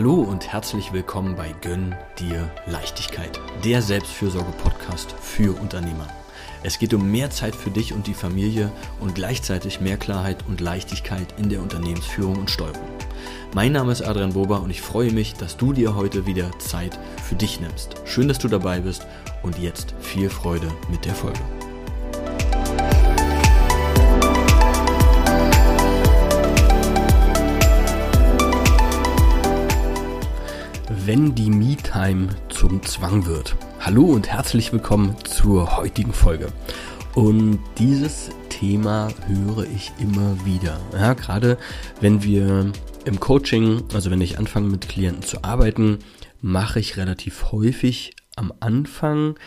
Hallo und herzlich willkommen bei Gönn dir Leichtigkeit, der Selbstfürsorge-Podcast für Unternehmer. Es geht um mehr Zeit für dich und die Familie und gleichzeitig mehr Klarheit und Leichtigkeit in der Unternehmensführung und Steuerung. Mein Name ist Adrian Bober und ich freue mich, dass du dir heute wieder Zeit für dich nimmst. Schön, dass du dabei bist und jetzt viel Freude mit der Folge. Wenn die Me-Time zum Zwang wird. Hallo und herzlich willkommen zur heutigen Folge. Und dieses Thema höre ich immer wieder. Ja, gerade wenn wir im Coaching, also wenn ich anfange mit Klienten zu arbeiten, mache ich relativ häufig am Anfang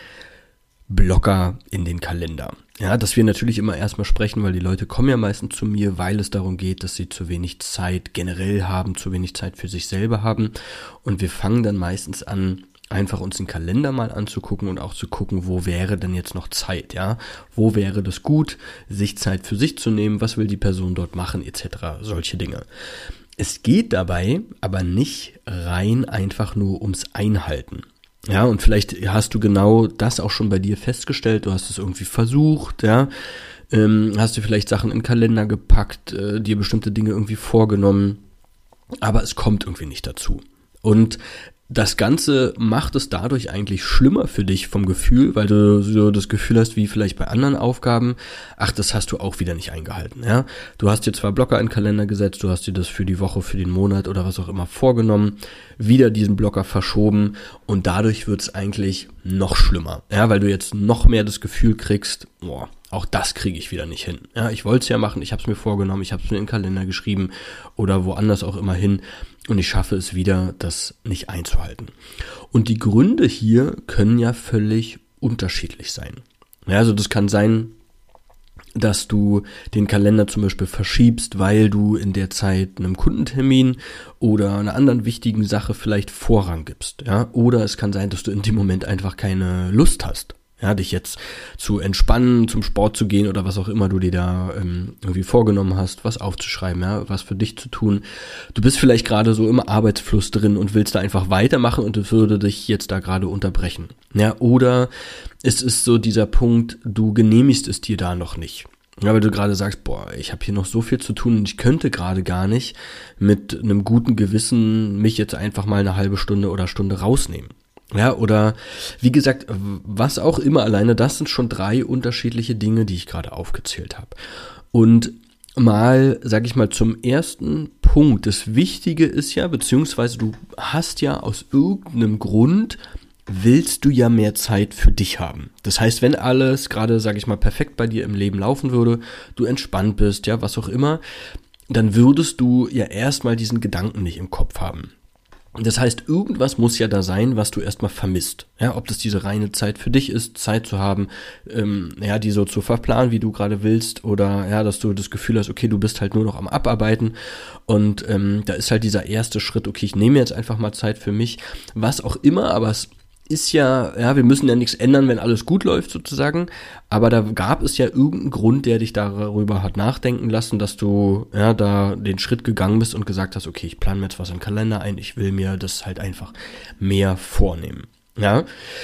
Blocker in den Kalender. Ja, dass wir natürlich immer erstmal sprechen, weil die Leute kommen ja meistens zu mir, weil es darum geht, dass sie zu wenig Zeit generell haben, zu wenig Zeit für sich selber haben. Und wir fangen dann meistens an, einfach uns den Kalender mal anzugucken und auch zu gucken, wo wäre denn jetzt noch Zeit, ja? Wo wäre das gut, sich Zeit für sich zu nehmen, was will die Person dort machen, etc., solche Dinge. Es geht dabei aber nicht rein einfach nur ums Einhalten. Ja, und vielleicht hast du genau das auch schon bei dir festgestellt, du hast es irgendwie versucht, ja, hast du vielleicht Sachen in den Kalender gepackt, dir bestimmte Dinge irgendwie vorgenommen, aber es kommt irgendwie nicht dazu. Und das Ganze macht es dadurch eigentlich schlimmer für dich vom Gefühl, weil du so das Gefühl hast, wie vielleicht bei anderen Aufgaben, ach, das hast du auch wieder nicht eingehalten, ja. Du hast dir zwar Blocker in den Kalender gesetzt, du hast dir das für die Woche, für den Monat oder was auch immer vorgenommen, wieder diesen Blocker verschoben und dadurch wird es eigentlich noch schlimmer, ja, weil du jetzt noch mehr das Gefühl kriegst, boah, auch das kriege ich wieder nicht hin. Ja, ich wollte es ja machen, ich habe es mir vorgenommen, ich habe es mir in den Kalender geschrieben oder woanders auch immer hin und ich schaffe es wieder, das nicht einzuhalten. Und die Gründe hier können ja völlig unterschiedlich sein. Ja, also das kann sein, dass du den Kalender zum Beispiel verschiebst, weil du in der Zeit einem Kundentermin oder einer anderen wichtigen Sache vielleicht Vorrang gibst. Ja, oder es kann sein, dass du in dem Moment einfach keine Lust hast. Ja, dich jetzt zu entspannen, zum Sport zu gehen oder was auch immer du dir da irgendwie vorgenommen hast, was aufzuschreiben, ja, was für dich zu tun. Du bist vielleicht gerade so im Arbeitsfluss drin und willst da einfach weitermachen und das würde dich jetzt da gerade unterbrechen. Ja, oder es ist so dieser Punkt, du genehmigst es dir da noch nicht. Ja, weil du gerade sagst, boah, ich habe hier noch so viel zu tun und ich könnte gerade gar nicht mit einem guten Gewissen mich jetzt einfach mal eine halbe Stunde oder Stunde rausnehmen. Ja, oder wie gesagt, was auch immer, alleine das sind schon 3 unterschiedliche Dinge, die ich gerade aufgezählt habe. Und mal, sag ich mal, zum ersten Punkt, das Wichtige ist ja, beziehungsweise du hast ja aus irgendeinem Grund, willst du ja mehr Zeit für dich haben. Das heißt, wenn alles gerade, sag ich mal, perfekt bei dir im Leben laufen würde, du entspannt bist, ja, was auch immer, dann würdest du ja erstmal diesen Gedanken nicht im Kopf haben. Das heißt, irgendwas muss ja da sein, was du erstmal vermisst. Ja, ob das diese reine Zeit für dich ist, Zeit zu haben, ja, die so zu verplanen, wie du gerade willst, oder ja, dass du das Gefühl hast, okay, du bist halt nur noch am Abarbeiten und da ist halt dieser erste Schritt, okay, ich nehme jetzt einfach mal Zeit für mich, was auch immer, aber es ist ja, wir müssen ja nichts ändern, wenn alles gut läuft sozusagen, aber da gab es ja irgendeinen Grund, der dich darüber hat nachdenken lassen, dass du ja da den Schritt gegangen bist und gesagt hast, okay, ich plane mir jetzt was im Kalender ein, ich will mir das halt einfach mehr vornehmen. Ja,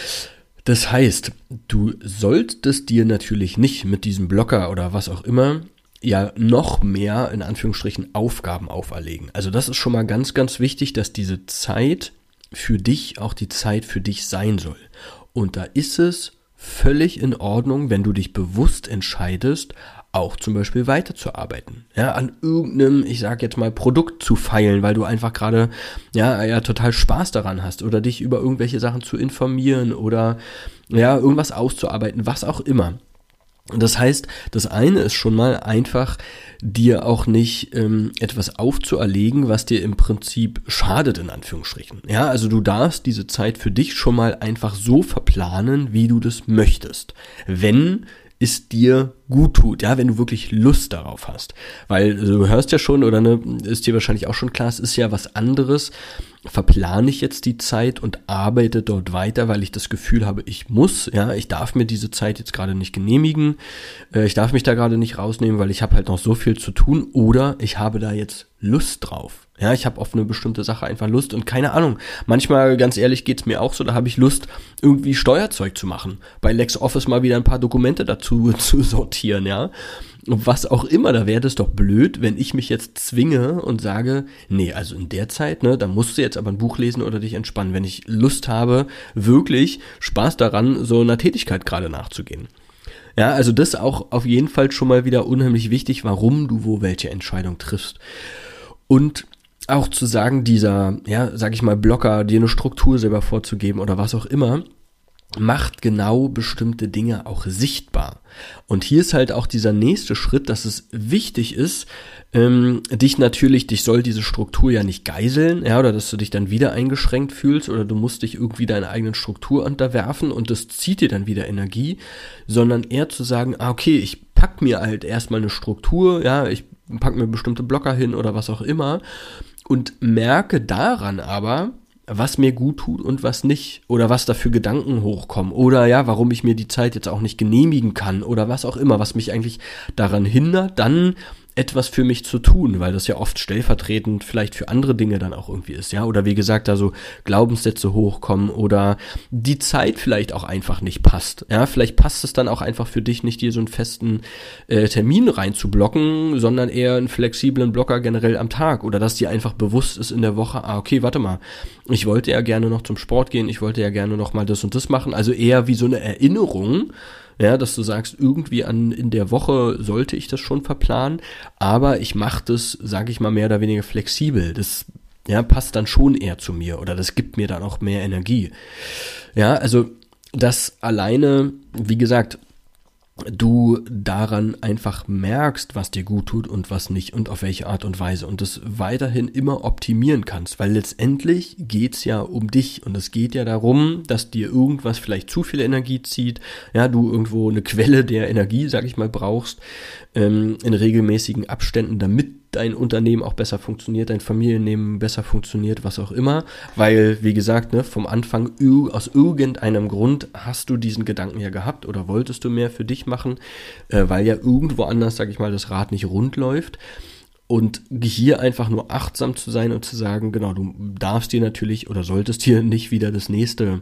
das heißt, du solltest dir natürlich nicht mit diesem Blocker oder was auch immer ja noch mehr, in Anführungsstrichen, Aufgaben auferlegen. Also das ist schon mal ganz, ganz wichtig, dass diese Zeit für dich auch die Zeit für dich sein soll. Und da ist es völlig in Ordnung, wenn du dich bewusst entscheidest, auch zum Beispiel weiterzuarbeiten. Ja, an irgendeinem, ich sag jetzt mal, Produkt zu feilen, weil du einfach gerade ja total Spaß daran hast oder dich über irgendwelche Sachen zu informieren oder ja, irgendwas auszuarbeiten, was auch immer. Das heißt, das eine ist schon mal einfach, dir auch nicht etwas aufzuerlegen, was dir im Prinzip schadet, in Anführungsstrichen. Ja, also du darfst diese Zeit für dich schon mal einfach so verplanen, wie du das möchtest, wenn es dir gut tut, ja, wenn du wirklich Lust darauf hast. Weil du hörst ja schon, oder ne, ist dir wahrscheinlich auch schon klar, es ist ja was anderes. Verplane ich jetzt die Zeit und arbeite dort weiter, weil ich das Gefühl habe, ich muss, ja, ich darf mir diese Zeit jetzt gerade nicht genehmigen, ich darf mich da gerade nicht rausnehmen, weil ich habe halt noch so viel zu tun, oder ich habe da jetzt Lust drauf. Ja, ich habe auf eine bestimmte Sache einfach Lust und keine Ahnung. Manchmal, ganz ehrlich, geht's mir auch so, da habe ich Lust, irgendwie Steuerzeug zu machen. Bei LexOffice mal wieder ein paar Dokumente dazu zu sortieren, ja. Was auch immer, da wäre das doch blöd, wenn ich mich jetzt zwinge und sage, nee, also in der Zeit, ne, da musst du jetzt aber ein Buch lesen oder dich entspannen, wenn ich Lust habe, wirklich Spaß daran, so einer Tätigkeit gerade nachzugehen. Ja, also das auch auf jeden Fall schon mal wieder unheimlich wichtig, warum du wo welche Entscheidung triffst. Und auch zu sagen, dieser, ja, sag ich mal, Blocker, dir eine Struktur selber vorzugeben oder was auch immer, macht genau bestimmte Dinge auch sichtbar. Und hier ist halt auch dieser nächste Schritt, dass es wichtig ist, dich soll diese Struktur ja nicht geiseln, ja, oder dass du dich dann wieder eingeschränkt fühlst oder du musst dich irgendwie deiner eigenen Struktur unterwerfen und das zieht dir dann wieder Energie, sondern eher zu sagen, okay, ich pack mir halt erstmal eine Struktur, ja, ich pack mir bestimmte Blocker hin oder was auch immer und merke daran aber, was mir gut tut und was nicht oder was da für Gedanken hochkommen oder ja, warum ich mir die Zeit jetzt auch nicht genehmigen kann oder was auch immer, was mich eigentlich daran hindert, dann etwas für mich zu tun, weil das ja oft stellvertretend vielleicht für andere Dinge dann auch irgendwie ist, ja, oder wie gesagt, da so Glaubenssätze hochkommen oder die Zeit vielleicht auch einfach nicht passt, ja, vielleicht passt es dann auch einfach für dich nicht, dir so einen festen Termin reinzublocken, sondern eher einen flexiblen Blocker generell am Tag oder dass dir einfach bewusst ist in der Woche, okay, warte mal, ich wollte ja gerne noch zum Sport gehen, ich wollte ja gerne noch mal das und das machen, also eher wie so eine Erinnerung, ja, dass du sagst, irgendwie in der Woche sollte ich das schon verplanen, aber ich mache das, sage ich mal, mehr oder weniger flexibel. Das ja, passt dann schon eher zu mir oder das gibt mir dann auch mehr Energie. Ja, also das alleine, wie gesagt, du daran einfach merkst, was dir gut tut und was nicht und auf welche Art und Weise und das weiterhin immer optimieren kannst, weil letztendlich geht's ja um dich und es geht ja darum, dass dir irgendwas vielleicht zu viel Energie zieht, ja, du irgendwo eine Quelle der Energie, sag ich mal, brauchst, in regelmäßigen Abständen, damit dein Unternehmen auch besser funktioniert, dein Familienleben besser funktioniert, was auch immer, weil, wie gesagt, ne, vom Anfang aus irgendeinem Grund hast du diesen Gedanken ja gehabt oder wolltest du mehr für dich machen, weil ja irgendwo anders, sag ich mal, das Rad nicht rund läuft. Und hier einfach nur achtsam zu sein und zu sagen, genau, du darfst dir natürlich oder solltest dir nicht wieder das nächste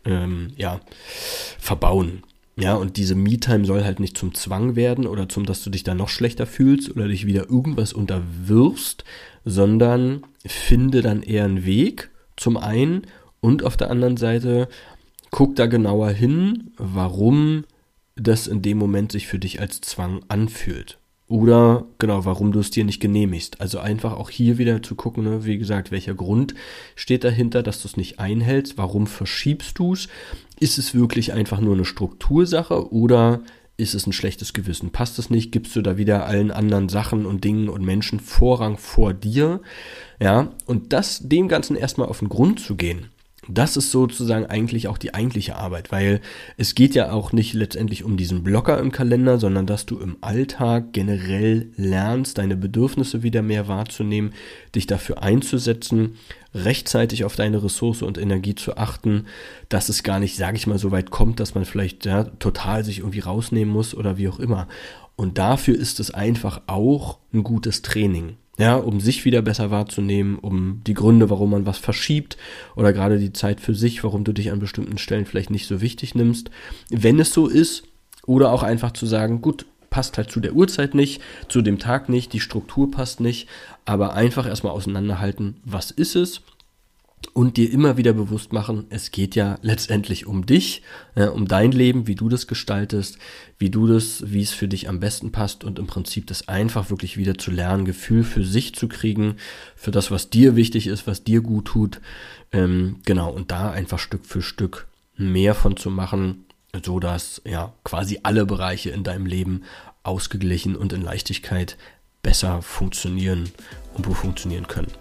verbauen. Ja, und diese Me-Time soll halt nicht zum Zwang werden oder dass du dich da noch schlechter fühlst oder dich wieder irgendwas unterwirfst, sondern finde dann eher einen Weg zum einen und auf der anderen Seite guck da genauer hin, warum das in dem Moment sich für dich als Zwang anfühlt. Oder genau, warum du es dir nicht genehmigst. Also einfach auch hier wieder zu gucken, ne, wie gesagt, welcher Grund steht dahinter, dass du es nicht einhältst, warum verschiebst du es? Ist es wirklich einfach nur eine Struktursache oder ist es ein schlechtes Gewissen? Passt es nicht? Gibst du da wieder allen anderen Sachen und Dingen und Menschen Vorrang vor dir? Ja, und dem Ganzen erstmal auf den Grund zu gehen. Das ist sozusagen eigentlich auch die eigentliche Arbeit, weil es geht ja auch nicht letztendlich um diesen Blocker im Kalender, sondern dass du im Alltag generell lernst, deine Bedürfnisse wieder mehr wahrzunehmen, dich dafür einzusetzen, rechtzeitig auf deine Ressource und Energie zu achten, dass es gar nicht, sage ich mal, so weit kommt, dass man vielleicht total sich irgendwie rausnehmen muss oder wie auch immer. Und dafür ist es einfach auch ein gutes Training. Ja, um sich wieder besser wahrzunehmen, um die Gründe, warum man was verschiebt oder gerade die Zeit für sich, warum du dich an bestimmten Stellen vielleicht nicht so wichtig nimmst, wenn es so ist, oder auch einfach zu sagen, gut, passt halt zu der Uhrzeit nicht, zu dem Tag nicht, die Struktur passt nicht, aber einfach erstmal auseinanderhalten, was ist es? Und dir immer wieder bewusst machen, es geht ja letztendlich um dich, um dein Leben, wie du das gestaltest, wie es für dich am besten passt und im Prinzip das einfach wirklich wieder zu lernen, Gefühl für sich zu kriegen, für das, was dir wichtig ist, was dir gut tut, genau, und da einfach Stück für Stück mehr von zu machen, so dass ja quasi alle Bereiche in deinem Leben ausgeglichen und in Leichtigkeit besser funktionieren und funktionieren können.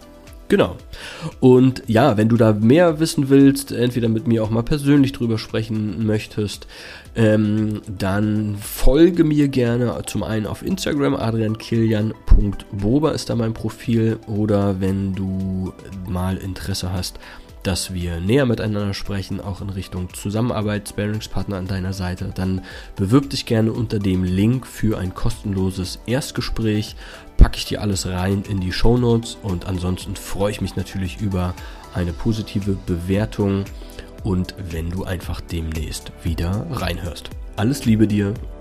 Genau. Und ja, wenn du da mehr wissen willst, entweder mit mir auch mal persönlich drüber sprechen möchtest, dann folge mir gerne zum einen auf Instagram, adriankilian.bober ist da mein Profil, oder wenn du mal Interesse hast, dass wir näher miteinander sprechen, auch in Richtung Zusammenarbeit, Sparringspartner an deiner Seite, dann bewirb dich gerne unter dem Link für ein kostenloses Erstgespräch. Packe ich dir alles rein in die Shownotes, und ansonsten freue ich mich natürlich über eine positive Bewertung und wenn du einfach demnächst wieder reinhörst. Alles Liebe dir.